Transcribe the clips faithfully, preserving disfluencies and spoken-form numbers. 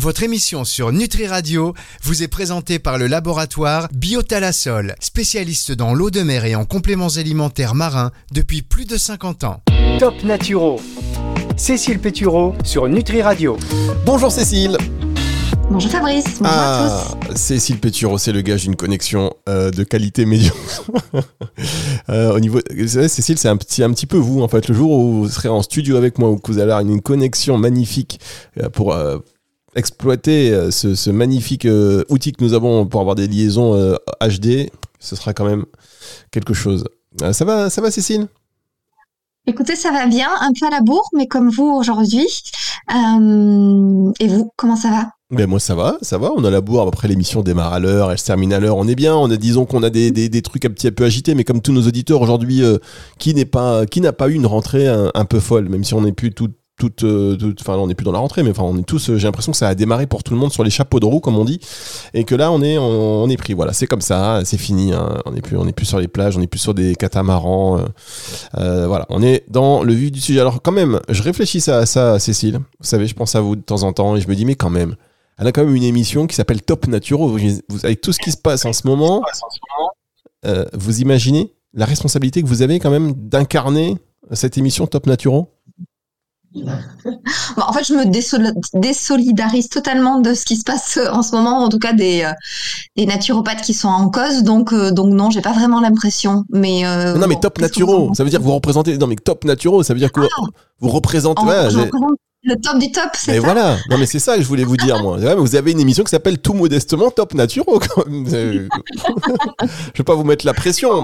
Votre émission sur Nutri Radio vous est présentée par le laboratoire Biotalasol, spécialiste dans l'eau de mer et en compléments alimentaires marins depuis plus de cinquante ans. Top Naturo. Cécile Pétureau sur Nutri Radio. Bonjour Cécile. Bonjour Fabrice, bonjour ah, à tous. Cécile Pétureau, c'est le gage d'une connexion euh, de qualité médiocre. euh, au niveau, vous savez, Cécile, c'est un petit, un petit peu vous en fait. Le jour où vous serez en studio avec moi, où vous allez avoir une connexion magnifique euh, pour euh, exploiter euh, ce, ce magnifique euh, outil que nous avons pour avoir des liaisons euh, H D, ce sera quand même quelque chose. Euh, ça va, ça va Cécile ? Écoutez, ça va bien, un peu à la bourre, mais comme vous aujourd'hui. Euh, et vous, comment ça va ? Ben moi ça va, ça va, on a la bourre, après l'émission démarre à l'heure, elle se termine à l'heure, on est bien, on a, disons qu'on a des, des, des trucs un petit peu agités, mais comme tous nos auditeurs aujourd'hui, euh, qui n'est pas, qui n'a pas eu une rentrée un, un peu folle, même si on n'est plus tout, tout, euh, tout, enfin on n'est plus dans la rentrée, mais enfin on est tous, euh, j'ai l'impression que ça a démarré pour tout le monde sur les chapeaux de roue comme on dit, et que là on est, on, on est pris, voilà, c'est comme ça, c'est fini, hein, on n'est plus, on n'est plus sur les plages, on n'est plus sur des catamarans, euh, euh, voilà, on est dans le vif du sujet. Alors quand même, je réfléchis à ça, Cécile, vous savez, je pense à vous de temps en temps et je me dis mais quand même. Elle a quand même une émission qui s'appelle Top Naturo. Vous, vous, avec tout ce qui se passe en ce moment, euh, vous imaginez la responsabilité que vous avez quand même d'incarner cette émission Top Naturo ? Bon, en fait, je me désol- désolidarise totalement de ce qui se passe en ce moment, en tout cas des, euh, des naturopathes qui sont en cause. Donc, euh, donc non, j'ai pas vraiment l'impression. Mais, euh, non, mais bon, Top Naturo, ça veut dire que vous représentez. Non, mais Top Naturo, ça veut dire que ah, vous représentez. En, ouais, je représente le top du top, c'est mais ça. voilà, non mais c'est ça que je voulais vous dire moi. Vous avez une émission qui s'appelle tout modestement Top Naturo. Quand même. Je vais pas vous mettre la pression.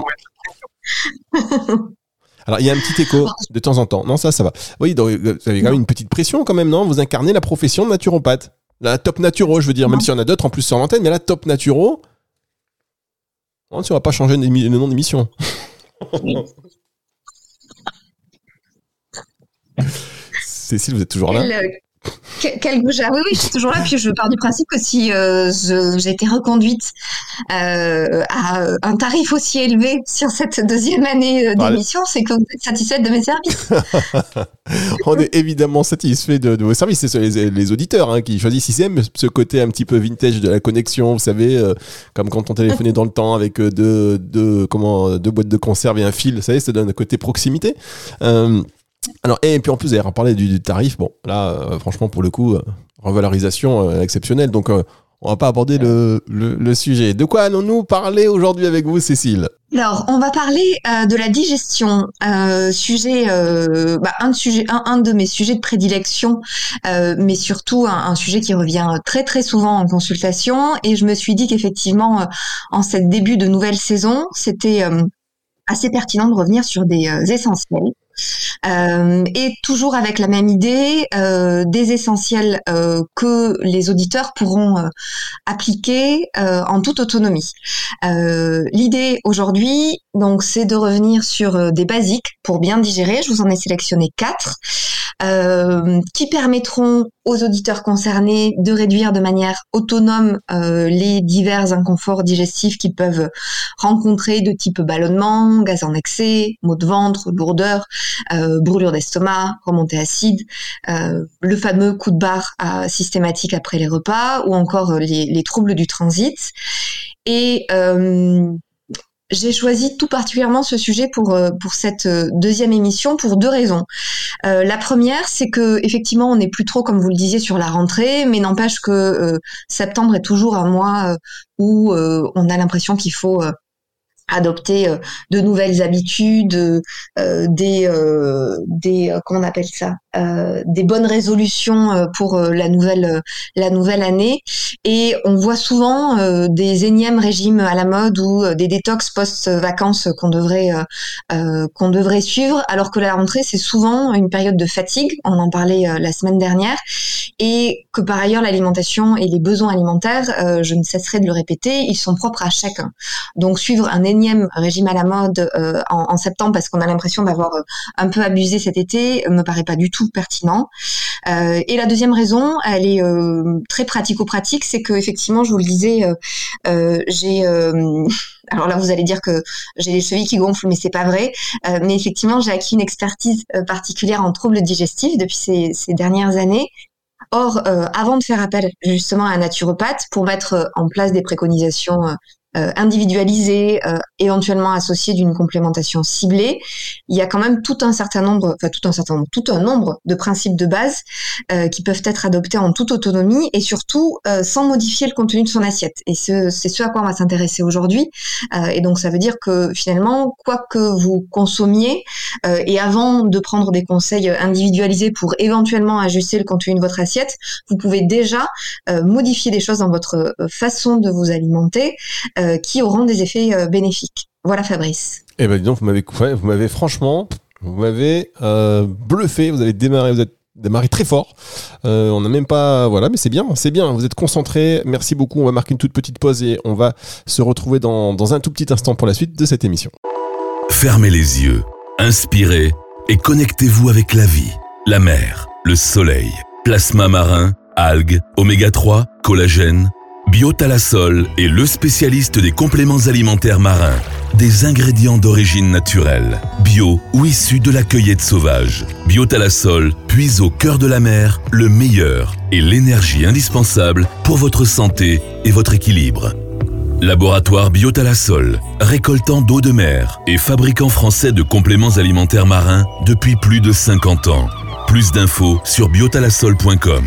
Alors il y a un petit écho de temps en temps. Non ça ça va. Oui, donc, vous avez quand même une petite pression quand même, non ? Vous incarnez la profession de naturopathe. La Top Naturo, je veux dire, même s'il y en a d'autres en plus sur l'antenne, mais la Top Naturo. On ne va pas changer le nom d'émission. Cécile, vous êtes toujours là ? Quel, quel goujat. Oui, oui, je suis toujours là. Puis je pars du principe que si euh, je, j'ai été reconduite euh, à un tarif aussi élevé sur cette deuxième année euh, d'émission, c'est que vous êtes satisfaite de mes services. On est évidemment satisfait de, de vos services. C'est les, les auditeurs hein, qui choisissent. Ils aiment ce côté un petit peu vintage de la connexion, vous savez, euh, comme quand on téléphonait dans le temps avec deux, deux, comment, deux boîtes de conserve et un fil. Vous savez, ça donne un côté proximité. Euh, Alors, et puis en plus, on parlait du, du tarif. Bon, là, euh, franchement, pour le coup, euh, revalorisation euh, exceptionnelle. Donc, euh, on va pas aborder le, le, le sujet. De quoi allons-nous parler aujourd'hui avec vous, Cécile ? Alors, on va parler euh, de la digestion, euh, sujet, euh, bah, un, de sujet un, un de mes sujets de prédilection, euh, mais surtout un, un sujet qui revient très très souvent en consultation. Et je me suis dit qu'effectivement, euh, en cette début de nouvelle saison, c'était euh, assez pertinent de revenir sur des euh, essentiels. Euh, et toujours avec la même idée, euh, des essentiels euh, que les auditeurs pourront euh, appliquer euh, en toute autonomie. Euh, l'idée aujourd'hui, donc, c'est de revenir sur euh, des basiques pour bien digérer. Je vous en ai sélectionné quatre. Euh, qui permettront aux auditeurs concernés de réduire de manière autonome euh, les divers inconforts digestifs qu'ils peuvent rencontrer de type ballonnement, gaz en excès, maux de ventre, lourdeur, euh, brûlure d'estomac, remontée acide, euh, le fameux coup de barre euh, systématique après les repas ou encore euh, les, les troubles du transit. Et euh, j'ai choisi tout particulièrement ce sujet pour pour cette deuxième émission pour deux raisons. Euh, la première, c'est que effectivement, on n'est plus trop, comme vous le disiez, sur la rentrée, mais n'empêche que euh, septembre est toujours un mois euh, où euh, on a l'impression qu'il faut euh, adopter euh, de nouvelles habitudes, euh, des euh, des euh, comment on appelle ça, euh, des bonnes résolutions euh, pour euh, la nouvelle euh, la nouvelle année. Et on voit souvent euh, des énièmes régimes à la mode ou euh, des détox post-vacances qu'on devrait euh, euh, qu'on devrait suivre, alors que la rentrée c'est souvent une période de fatigue. On en parlait euh, la semaine dernière, et que par ailleurs l'alimentation et les besoins alimentaires, euh, je ne cesserai de le répéter, ils sont propres à chacun. Donc suivre un énième régime à la mode euh, en, en septembre parce qu'on a l'impression d'avoir euh, un peu abusé cet été me paraît pas du tout pertinent. Euh, et la deuxième raison, elle est euh, très pratico-pratique, c'est que effectivement, je vous le disais, euh, euh, j'ai euh, alors là vous allez dire que j'ai les chevilles qui gonflent, mais c'est pas vrai. Euh, mais effectivement, j'ai acquis une expertise euh, particulière en troubles digestifs depuis ces, ces dernières années. Or, euh, avant de faire appel justement à un naturopathe pour mettre en place des préconisations euh, euh, individualisées, euh, éventuellement associées d'une complémentation ciblée, il y a quand même tout un certain nombre, enfin tout un certain nombre, tout un nombre de principes de base euh, qui peuvent être adoptés en toute autonomie et surtout euh, sans modifier le contenu de son assiette. Et ce, c'est ce à quoi on va s'intéresser aujourd'hui. Euh, et donc ça veut dire que finalement, quoi que vous consommiez, euh, et avant de prendre des conseils individualisés pour éventuellement ajuster le contenu de votre assiette, vous pouvez déjà euh, modifier des choses dans votre façon de vous alimenter euh, qui auront des effets euh, bénéfiques. Voilà Fabrice. Eh ben dis donc, vous m'avez, vous m'avez franchement, vous m'avez euh, bluffé, vous avez démarré, vous êtes démarré très fort. Euh, on n'a même pas, voilà, mais c'est bien, c'est bien. Vous êtes concentrés. Merci beaucoup. On va marquer une toute petite pause et on va se retrouver dans, dans un tout petit instant pour la suite de cette émission. Fermez les yeux, inspirez et connectez-vous avec la vie, la mer, le soleil, plasma marin, algues, oméga trois, collagène. Biotalasol est le spécialiste des compléments alimentaires marins, des ingrédients d'origine naturelle, bio ou issus de la cueillette sauvage. Biotalasol puise au cœur de la mer le meilleur et l'énergie indispensable pour votre santé et votre équilibre. Laboratoire Biotalasol, récoltant d'eau de mer et fabricant français de compléments alimentaires marins depuis plus de cinquante ans. Plus d'infos sur biotalasol point com.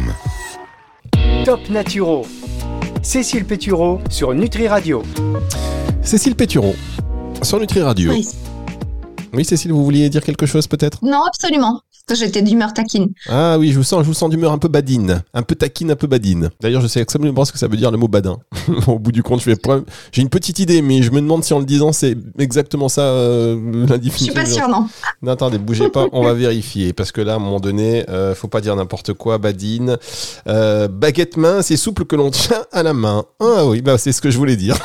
Top Naturo. Cécile Pétureau sur Nutri Radio. Cécile Pétureau sur Nutri Radio. Oui. Oui, Cécile, vous vouliez dire quelque chose peut-être ? Non, absolument. Parce que j'étais d'humeur taquine. Ah oui, je vous sens, je vous sens d'humeur un peu badine, un peu taquine, un peu badine. D'ailleurs, je sais exactement ce que ça veut dire le mot badin. Au bout du compte, je vais pas... j'ai une petite idée, mais je me demande si en le disant, c'est exactement ça euh, la définition. Je suis pas sûre, non. Non, attendez, bougez pas, on va vérifier. Parce que là, à un moment donné, euh, faut pas dire n'importe quoi, badine. Euh, baguette mince et souple que l'on tient à la main. Ah oui, bah c'est ce que je voulais dire.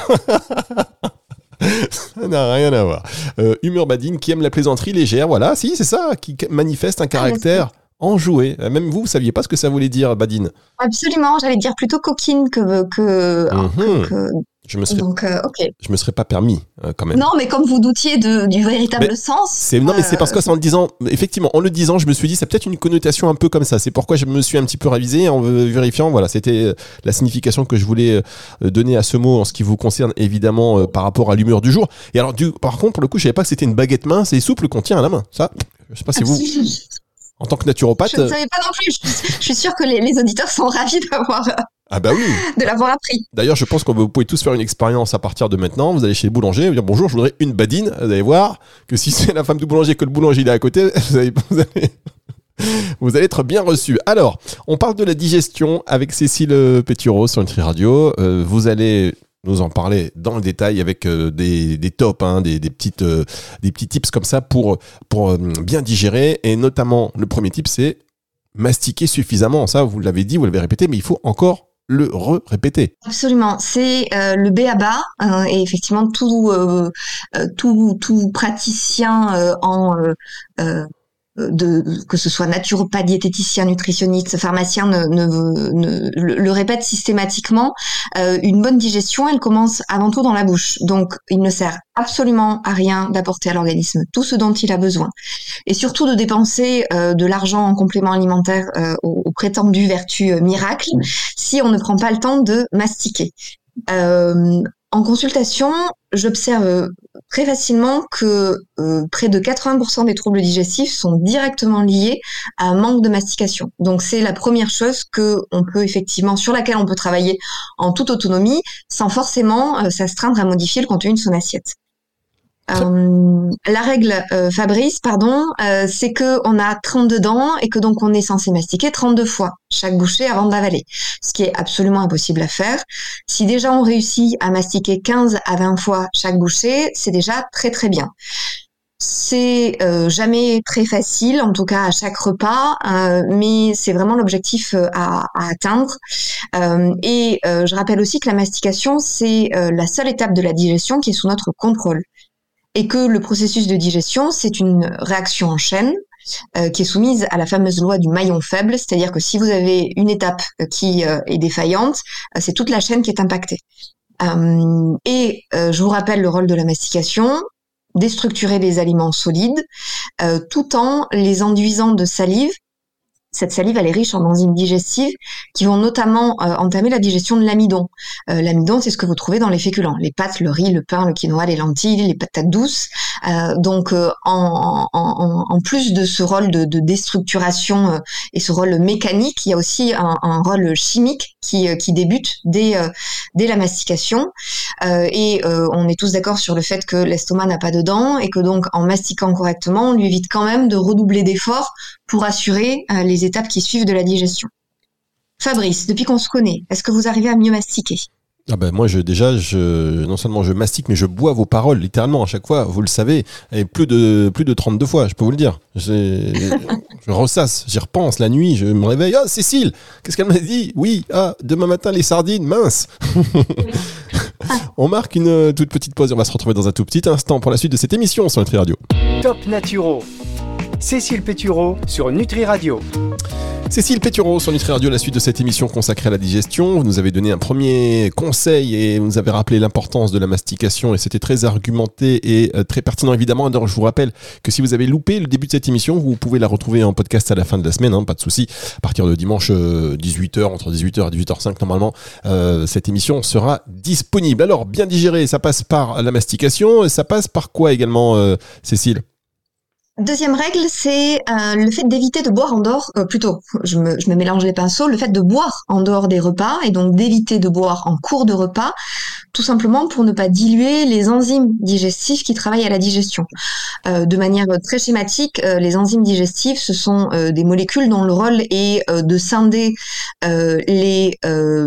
Ça n'a rien à voir. Euh, humeur badine qui aime la plaisanterie légère, voilà, si, c'est ça, qui manifeste un caractère enjoué. Même vous, vous saviez pas ce que ça voulait dire, badine ? Absolument, j'allais dire plutôt coquine que... que, mmh. que... Je me serais, Donc, euh, ok. Je me serais pas permis, euh, quand même. Non, mais comme vous doutiez de, du véritable mais sens. C'est, non, euh... mais c'est parce que c'est en le disant, effectivement, en le disant, je me suis dit, c'est peut-être une connotation un peu comme ça. C'est pourquoi je me suis un petit peu ravisé en vérifiant. Voilà, c'était la signification que je voulais donner à ce mot en ce qui vous concerne, évidemment, euh, par rapport à l'humeur du jour. Et alors, du, par contre, pour le coup, je savais pas que c'était une baguette mince et souple qu'on tient à la main. Ça, je sais pas si vous. En tant que naturopathe. Je ne savais pas non plus. Je, je suis sûre que les, les auditeurs sont ravis d'avoir. Ah bah oui. De l'avoir appris. D'ailleurs, je pense que vous pouvez tous faire une expérience à partir de maintenant. Vous allez chez le boulanger, vous dire bonjour, je voudrais une badine. Vous allez voir que si c'est la femme du boulanger que le boulanger il est à côté, vous allez, vous allez, vous allez être bien reçu. Alors, on parle de la digestion avec Cécile Pétureau sur Nutri Radio. Euh, vous allez nous en parler dans le détail avec euh, des, des tops, hein, des, des, petites, euh, des petits tips comme ça pour, pour euh, bien digérer. Et notamment, le premier tip, c'est mastiquer suffisamment. Ça, vous l'avez dit, vous l'avez répété, mais il faut encore le re-répéter. Absolument, c'est euh, le B A B A euh, et effectivement tout euh, tout tout praticien euh, en euh, euh, de que ce soit naturopathe, diététicien, nutritionniste, pharmacien ne, ne, ne le, le répète systématiquement. Euh, une bonne digestion, elle commence avant tout dans la bouche. Donc, il ne sert absolument à rien d'apporter à l'organisme tout ce dont il a besoin. Et surtout de dépenser euh, de l'argent en complément alimentaire euh, aux, aux prétendues vertus euh, miracles si on ne prend pas le temps de mastiquer. Euh, En consultation, j'observe très facilement que euh, près de quatre-vingts pour cent des troubles digestifs sont directement liés à un manque de mastication. Donc c'est la première chose que on peut effectivement, sur laquelle on peut travailler en toute autonomie, sans forcément euh, s'astreindre à modifier le contenu de son assiette. Euh, la règle, euh, Fabrice, pardon, euh, c'est que on a trente-deux dents et que donc on est censé mastiquer trente-deux fois chaque bouchée avant d'avaler, ce qui est absolument impossible à faire. Si déjà on réussit à mastiquer quinze à vingt fois chaque bouchée, c'est déjà très très bien. C'est euh, jamais très facile, en tout cas à chaque repas, euh, mais c'est vraiment l'objectif euh, à, à atteindre. Euh, et euh, je rappelle aussi que la mastication, c'est euh, la seule étape de la digestion qui est sous notre contrôle. Et que le processus de digestion, c'est une réaction en chaîne euh, qui est soumise à la fameuse loi du maillon faible, c'est-à-dire que si vous avez une étape qui euh, est défaillante, euh, c'est toute la chaîne qui est impactée. Euh, et euh, je vous rappelle le rôle de la mastication, déstructurer les aliments solides, euh, tout en les enduisant de salive cette salive, elle est riche en enzymes digestives qui vont notamment euh, entamer la digestion de l'amidon. Euh, l'amidon, c'est ce que vous trouvez dans les féculents, les pâtes, le riz, le pain, le quinoa, les lentilles, les patates douces. Euh, donc, euh, en, en, en plus de ce rôle de, de déstructuration euh, et ce rôle mécanique, il y a aussi un, un rôle chimique qui, euh, qui débute dès, euh, dès la mastication. Euh, et euh, on est tous d'accord sur le fait que l'estomac n'a pas de dents et que donc, en mastiquant correctement, on lui évite quand même de redoubler d'efforts pour assurer euh, les étapes qui suivent de la digestion. Fabrice, depuis qu'on se connaît, est-ce que vous arrivez à mieux mastiquer ? Ah ben moi je déjà je non seulement je mastique mais je bois vos paroles littéralement à chaque fois, vous le savez, et plus de plus de trente-deux fois, je peux vous le dire. J'ai, je ressasse, j'y repense la nuit, je me réveille, ah Cécile, qu'est-ce qu'elle m'a dit ? Oui, ah demain matin les sardines, mince. On marque une toute petite pause et on va se retrouver dans un tout petit instant pour la suite de cette émission sur Nutri Radio. Top Naturo. Cécile Pétureau sur Nutri Radio. Cécile Pétureau sur Nutri Radio, la suite de cette émission consacrée à la digestion. Vous nous avez donné un premier conseil et vous nous avez rappelé l'importance de la mastication et c'était très argumenté et très pertinent évidemment. Alors je vous rappelle que si vous avez loupé le début de cette émission, vous pouvez la retrouver en podcast à la fin de la semaine, hein, pas de souci. À partir de dimanche dix-huit heures, entre dix-huit heures et dix-huit heures cinq normalement, euh, cette émission sera disponible. Alors bien digéré, ça passe par la mastication, ça passe par quoi également euh, Cécile ? Deuxième règle, c'est euh, le fait d'éviter de boire en dehors, euh, plutôt, je me, je me mélange les pinceaux, le fait de boire en dehors des repas et donc d'éviter de boire en cours de repas, tout simplement pour ne pas diluer les enzymes digestives qui travaillent à la digestion. Euh, de manière très schématique, euh, les enzymes digestives, ce sont euh, des molécules dont le rôle est euh, de scinder euh, les... Euh,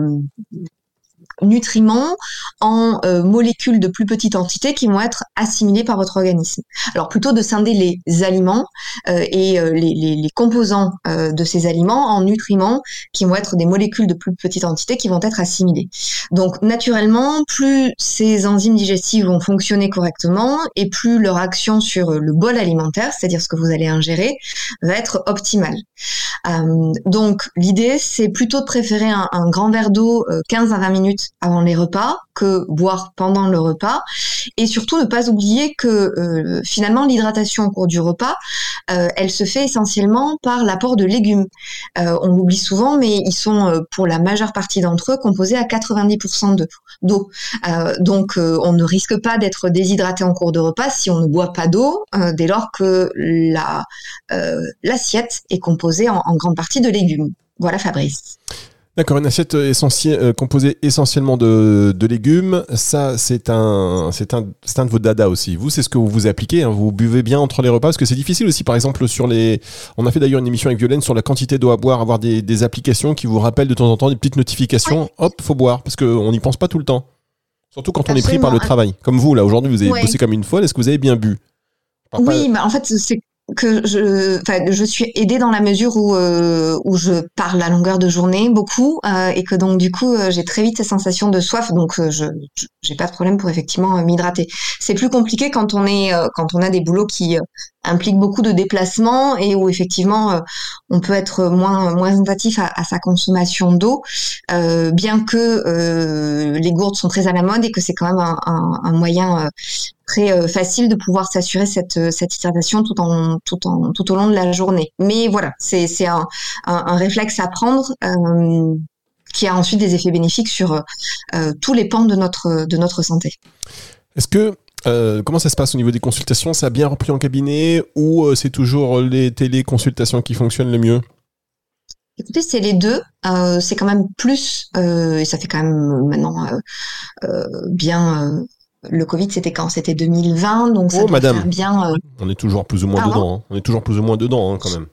nutriments en euh, molécules de plus petite entité qui vont être assimilées par votre organisme. Alors plutôt de scinder les aliments euh, et euh, les, les, les composants euh, de ces aliments en nutriments qui vont être des molécules de plus petite entité qui vont être assimilées. Donc naturellement, plus ces enzymes digestives vont fonctionner correctement et plus leur action sur le bol alimentaire, c'est-à-dire ce que vous allez ingérer, va être optimale. Euh, donc l'idée, c'est plutôt de préférer un, un grand verre d'eau euh, quinze à vingt minutes avant les repas que boire pendant le repas et surtout ne pas oublier que euh, finalement l'hydratation au cours du repas euh, elle se fait essentiellement par l'apport de légumes. Euh, on l'oublie souvent mais ils sont euh, pour la majeure partie d'entre eux composés à quatre-vingt-dix pour cent de, d'eau. Euh, donc euh, on ne risque pas d'être déshydraté en cours de repas si on ne boit pas d'eau euh, dès lors que la, euh, l'assiette est composée en, en grande partie de légumes. Voilà Fabrice. D'accord, une assiette essentielle, euh, composée essentiellement de, de légumes, ça c'est un, c'est, un, c'est un de vos dadas aussi. Vous, c'est ce que vous vous appliquez, hein, vous buvez bien entre les repas, parce que c'est difficile aussi, par exemple, sur les... On a fait d'ailleurs une émission avec Violaine sur la quantité d'eau à boire, avoir des, des applications qui vous rappellent de temps en temps des petites notifications, oui. Hop, faut boire, parce qu'on n'y pense pas tout le temps. Surtout quand Absolument. On est pris par le travail. Comme vous, là, aujourd'hui, vous avez ouais. bossé comme une folle, est-ce que vous avez bien bu ? Oui, bah en fait, c'est... que je, enfin, je suis aidée dans la mesure où euh, où je parle à longueur de journée beaucoup euh, et que donc du coup euh, j'ai très vite cette sensation de soif, donc euh, je, je j'ai pas de problème pour effectivement euh, m'hydrater. C'est plus compliqué quand on est euh, quand on a des boulots qui euh, impliquent beaucoup de déplacements et où effectivement euh, on peut être moins moins attentif à, à sa consommation d'eau, euh, bien que euh, les gourdes sont très à la mode et que c'est quand même un, un, un moyen euh, très euh, facile de pouvoir s'assurer cette cette hydratation tout en tout en tout au long de la journée. Mais voilà, c'est c'est un un, un réflexe à prendre euh, qui a ensuite des effets bénéfiques sur euh, tous les pans de notre de notre santé. Est-ce que euh, comment ça se passe au niveau des consultations ? Ça a bien repris en cabinet ou euh, c'est toujours les téléconsultations qui fonctionnent le mieux ? Écoutez, c'est les deux. Euh, c'est quand même plus euh, et ça fait quand même maintenant euh, euh, bien. Euh, Le Covid, c'était quand ? C'était deux mille vingt, donc ça oh, doit madame. faire bien... Euh... On est toujours plus ou moins Pardon ? dedans. Hein. On est toujours plus ou moins dedans, hein, quand même.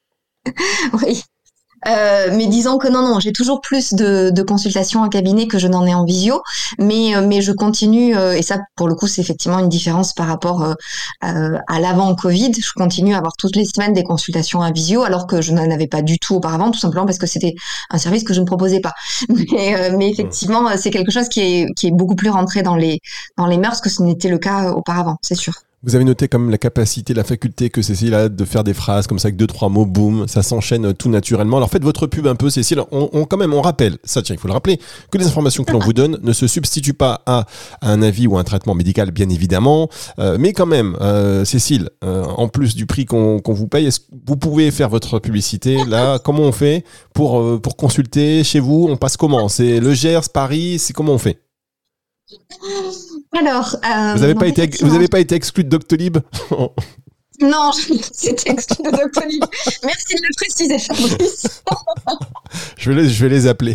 Oui. Euh, mais disons que non, non, j'ai toujours plus de, de consultations en cabinet que je n'en ai en visio, mais mais je continue euh, et ça pour le coup c'est effectivement une différence par rapport euh, euh, à l'avant Covid. Je continue à avoir toutes les semaines des consultations en visio alors que je n'en avais pas du tout auparavant, tout simplement parce que c'était un service que je ne proposais pas. Mais, euh, mais effectivement c'est quelque chose qui est qui est beaucoup plus rentré dans les dans les mœurs que ce n'était le cas auparavant, c'est sûr. Vous avez noté comme la capacité, la faculté que Cécile a de faire des phrases comme ça avec deux, trois mots, boum, ça s'enchaîne tout naturellement. Alors faites votre pub un peu, Cécile. On, on quand même, on rappelle, ça tiens, il faut le rappeler, que les informations que l'on vous donne ne se substituent pas à, à un avis ou à un traitement médical, bien évidemment. Euh, mais quand même, euh, Cécile, euh, en plus du prix qu'on, qu'on vous paye, est-ce que vous pouvez faire votre publicité là? Comment on fait pour, euh, pour consulter chez vous? On passe comment? C'est le Gers, Paris, c'est comment on fait? Alors, euh, vous n'avez pas été, vous avez pas été exclu de Doctolib? Non, c'était exclu de Doctolib. Merci de le préciser, Fabrice. je, vais les, je vais les appeler.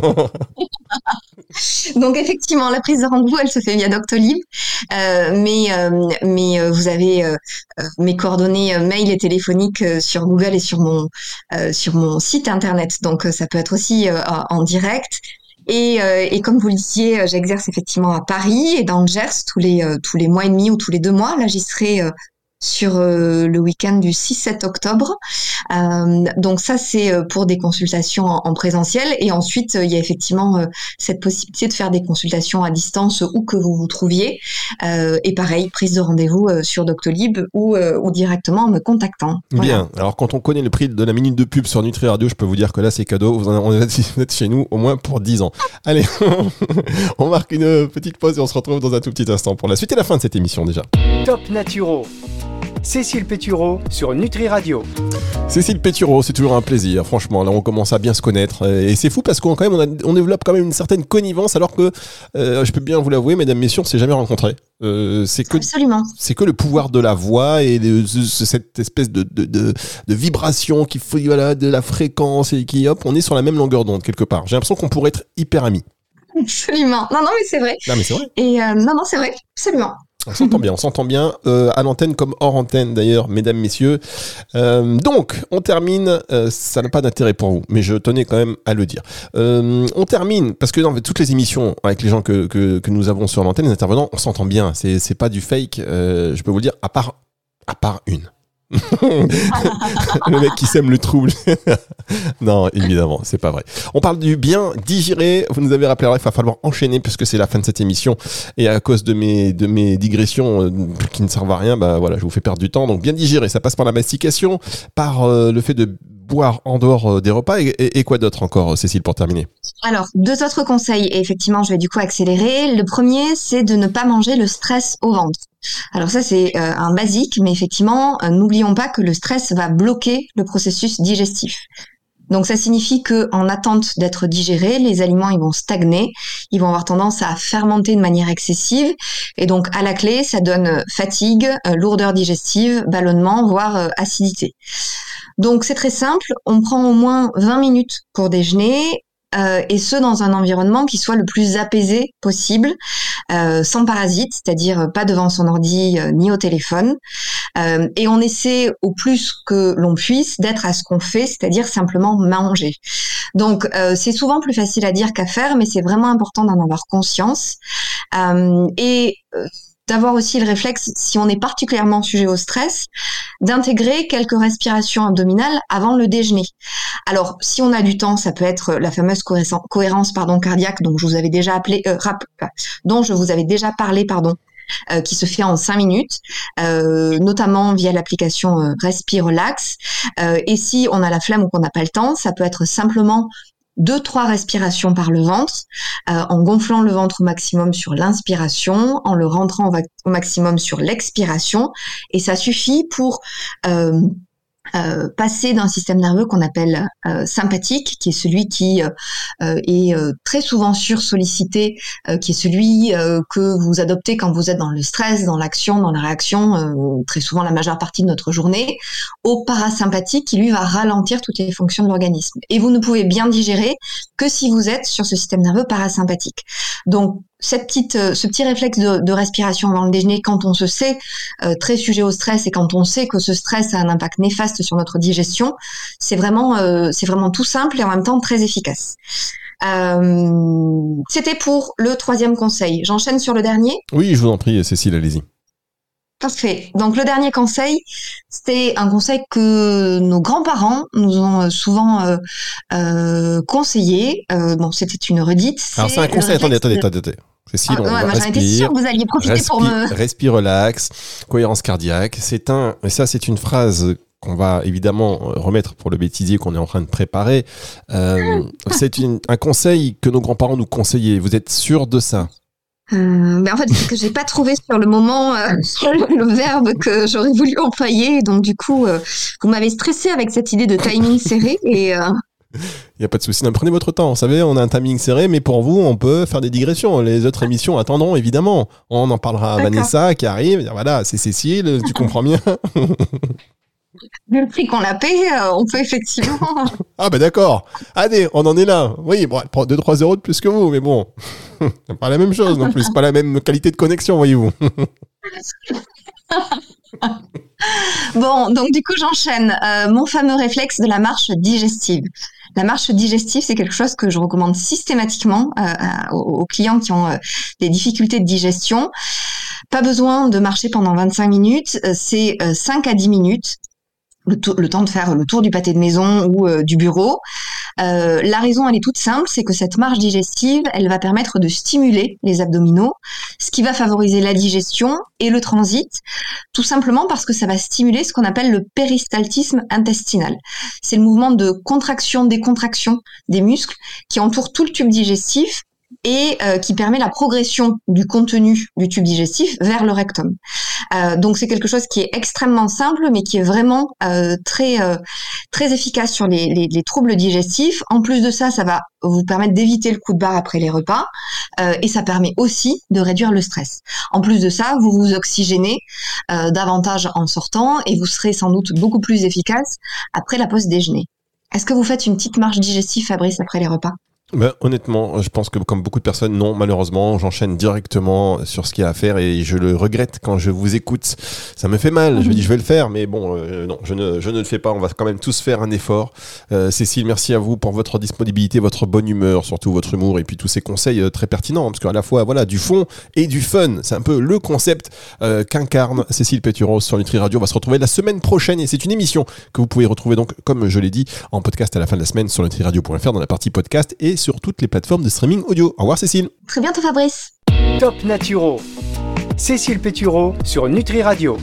Donc effectivement, la prise de rendez-vous, elle se fait via Doctolib, euh, mais euh, mais euh, vous avez euh, mes coordonnées euh, mail et téléphoniques euh, sur Google et sur mon euh, sur mon site internet. Donc euh, ça peut être aussi euh, en direct. Et, euh, et comme vous le disiez, j'exerce effectivement à Paris et dans le Gers tous les euh, tous les mois et demi ou tous les deux mois. Là, j'y serai euh, sur euh, le week-end du six sept octobre. Euh, donc ça, c'est pour des consultations en, en présentiel. Et ensuite, il y a effectivement euh, cette possibilité de faire des consultations à distance où que vous vous trouviez. Euh, et pareil, prise de rendez-vous euh, sur Doctolib ou, euh, ou directement en me contactant. Voilà. Bien. Alors, quand on connaît le prix de la minute de pub sur Nutri Radio, je peux vous dire que là, c'est cadeau. Vous, en, vous êtes chez nous au moins pour dix ans. Allez, on marque une petite pause et on se retrouve dans un tout petit instant pour la suite et la fin de cette émission déjà. Top Naturo. Cécile Pétureau sur Nutri Radio. Cécile Pétureau, c'est toujours un plaisir. Franchement, là, on commence à bien se connaître. Et c'est fou parce qu'on quand même, on, a, on développe quand même une certaine connivence alors que, euh, je peux bien vous l'avouer, mesdames, messieurs, on ne s'est jamais rencontrés. Euh, c'est que, Absolument. C'est que le pouvoir de la voix et de, de, de cette espèce de, de, de, de vibration qui fait, voilà, de la fréquence et qui, hop, on est sur la même longueur d'onde quelque part. J'ai l'impression qu'on pourrait être hyper amis. Absolument. Non, non, mais c'est vrai. Non, mais c'est vrai. Et euh, non, non, c'est vrai. Absolument. On s'entend bien, on s'entend bien, euh, à l'antenne comme hors antenne d'ailleurs, mesdames, messieurs. Euh, donc, on termine, euh, ça n'a pas d'intérêt pour vous, mais je tenais quand même à le dire. Euh, on termine, parce que dans toutes les émissions avec les gens que, que, que nous avons sur l'antenne, les intervenants, on s'entend bien, c'est, c'est pas du fake, euh, je peux vous le dire, à part, à part une. Le mec qui sème le trouble. Non, évidemment, c'est pas vrai. On parle du bien digérer. Vous nous avez rappelé, alors il va falloir enchaîner puisque c'est la fin de cette émission et à cause de mes de mes digressions euh, qui ne servent à rien, bah voilà, je vous fais perdre du temps. Donc bien digérer, ça passe par la mastication, par euh, le fait de boire en dehors des repas et, et, et quoi d'autre encore, Cécile, pour terminer? Alors, deux autres conseils, et effectivement, je vais du coup accélérer. Le premier, c'est de ne pas manger le stress au ventre. Alors ça, c'est euh, un basique, mais effectivement, euh, n'oublions pas que le stress va bloquer le processus digestif. Donc ça signifie que en attente d'être digérés, les aliments ils vont stagner, ils vont avoir tendance à fermenter de manière excessive, et donc à la clé, ça donne fatigue, euh, lourdeur digestive, ballonnement, voire euh, acidité. Donc c'est très simple, on prend au moins vingt minutes pour déjeuner, euh, et ce dans un environnement qui soit le plus apaisé possible, euh, sans parasites, c'est-à-dire pas devant son ordi euh, ni au téléphone. Euh, et on essaie au plus que l'on puisse d'être à ce qu'on fait, c'est-à-dire simplement manger. Donc euh, c'est souvent plus facile à dire qu'à faire, mais c'est vraiment important d'en avoir conscience. Euh, et euh, d'avoir aussi le réflexe, si on est particulièrement sujet au stress, d'intégrer quelques respirations abdominales avant le déjeuner. Alors, si on a du temps, ça peut être la fameuse cohérence, cohérence pardon, cardiaque dont je vous avais déjà appelé, euh, rap, dont je vous avais déjà parlé, pardon, euh, qui se fait en cinq minutes, euh, notamment via l'application euh, Respire Relax. Euh, et si on a la flemme ou qu'on n'a pas le temps, ça peut être simplement deux, trois respirations par le ventre, euh, en gonflant le ventre au maximum sur l'inspiration, en le rentrant au, va- au maximum sur l'expiration, et ça suffit pour euh, euh, passer d'un système nerveux qu'on appelle euh, sympathique, qui est celui qui euh, est euh, très souvent sursollicité, euh, qui est celui euh, que vous adoptez quand vous êtes dans le stress, dans l'action, dans la réaction, euh, très souvent la majeure partie de notre journée, au parasympathique qui lui va ralentir toutes les fonctions de l'organisme. Et vous ne pouvez bien digérer que si vous êtes sur ce système nerveux parasympathique. Donc cette petite, euh, ce petit réflexe de, de respiration avant le déjeuner, quand on se sait euh, très sujet au stress et quand on sait que ce stress a un impact néfaste sur notre digestion, c'est vraiment, euh, c'est vraiment tout simple et en même temps très efficace. Euh, c'était pour le troisième conseil. J'enchaîne sur le dernier. Oui, je vous en prie, Cécile, allez-y. Parfait. Donc le dernier conseil, c'était un conseil que nos grands-parents nous ont souvent euh, euh, conseillé. Euh, bon, c'était une redite. Alors c'est un conseil, attendez, attendez, attendez, attendez. Cécile, Ah, on ouais, va moi, j'en étais respire, sûre que vous alliez profiter respi- pour me. respire, relax, cohérence cardiaque. C'est un, et ça, c'est une phrase qu'on va évidemment remettre pour le bêtisier qu'on est en train de préparer. Euh, c'est une, un conseil que nos grands-parents nous conseillaient. Vous êtes sûr de ça? Euh, ben en fait, c'est que j'ai pas trouvé sur le moment euh, le verbe que j'aurais voulu employer. Donc, du coup, euh, vous m'avez stressé avec cette idée de timing serré. Et euh, Il n'y a pas de souci. Non, prenez votre temps. Vous savez, on a un timing serré, mais pour vous, on peut faire des digressions. Les autres émissions attendront, évidemment. On en parlera à D'accord. Vanessa qui arrive. Voilà, c'est Cécile, tu comprends bien. vu le prix qu'on l'a payé, euh, on peut effectivement. Ah, bah d'accord. Allez, on en est là. Oui, bon, elle prend deux trois euros de plus que vous, mais bon. C'est pas la même chose non plus. C'est pas la même qualité de connexion, voyez-vous. Bon, donc du coup, j'enchaîne. Euh, mon fameux réflexe de la marche digestive. La marche digestive, c'est quelque chose que je recommande systématiquement euh, à- aux, aux clients qui ont euh, des difficultés de digestion. Pas besoin de marcher pendant vingt-cinq minutes, euh, c'est euh, cinq à dix minutes. Le, tour- le temps de faire le tour du pâté de maison ou euh, du bureau. Euh, la raison, elle est toute simple, c'est que cette marche digestive, elle va permettre de stimuler les abdominaux, ce qui va favoriser la digestion et le transit, tout simplement parce que ça va stimuler ce qu'on appelle le péristaltisme intestinal. C'est le mouvement de contraction-décontraction des muscles qui entoure tout le tube digestif et euh, qui permet la progression du contenu du tube digestif vers le rectum. Euh, donc c'est quelque chose qui est extrêmement simple, mais qui est vraiment euh, très euh, très efficace sur les, les, les troubles digestifs. En plus de ça, ça va vous permettre d'éviter le coup de barre après les repas, euh, et ça permet aussi de réduire le stress. En plus de ça, vous vous oxygénez euh, davantage en sortant, et vous serez sans doute beaucoup plus efficace après la pause déjeuner. Est-ce que vous faites une petite marche digestive, Fabrice, après les repas? Ben, honnêtement, je pense que comme beaucoup de personnes, non, malheureusement, j'enchaîne directement sur ce qu'il y a à faire et je le regrette quand je vous écoute. Ça me fait mal, je me dis je vais le faire, mais bon, euh, non, je ne, je ne le fais pas, on va quand même tous faire un effort. Euh, Cécile, merci à vous pour votre disponibilité, votre bonne humeur, surtout votre humour et puis tous ces conseils euh, très pertinents, parce qu'à la fois, voilà, du fond et du fun, c'est un peu le concept euh, qu'incarne Cécile Péturos sur Nutri Radio. On va se retrouver la semaine prochaine et c'est une émission que vous pouvez retrouver donc, comme je l'ai dit, en podcast à la fin de la semaine sur nutri radio point f r dans la partie podcast et sur toutes les plateformes de streaming audio. Au revoir Cécile. Très bientôt, Fabrice. Top Naturo. Cécile Pétureau sur Nutri Radio.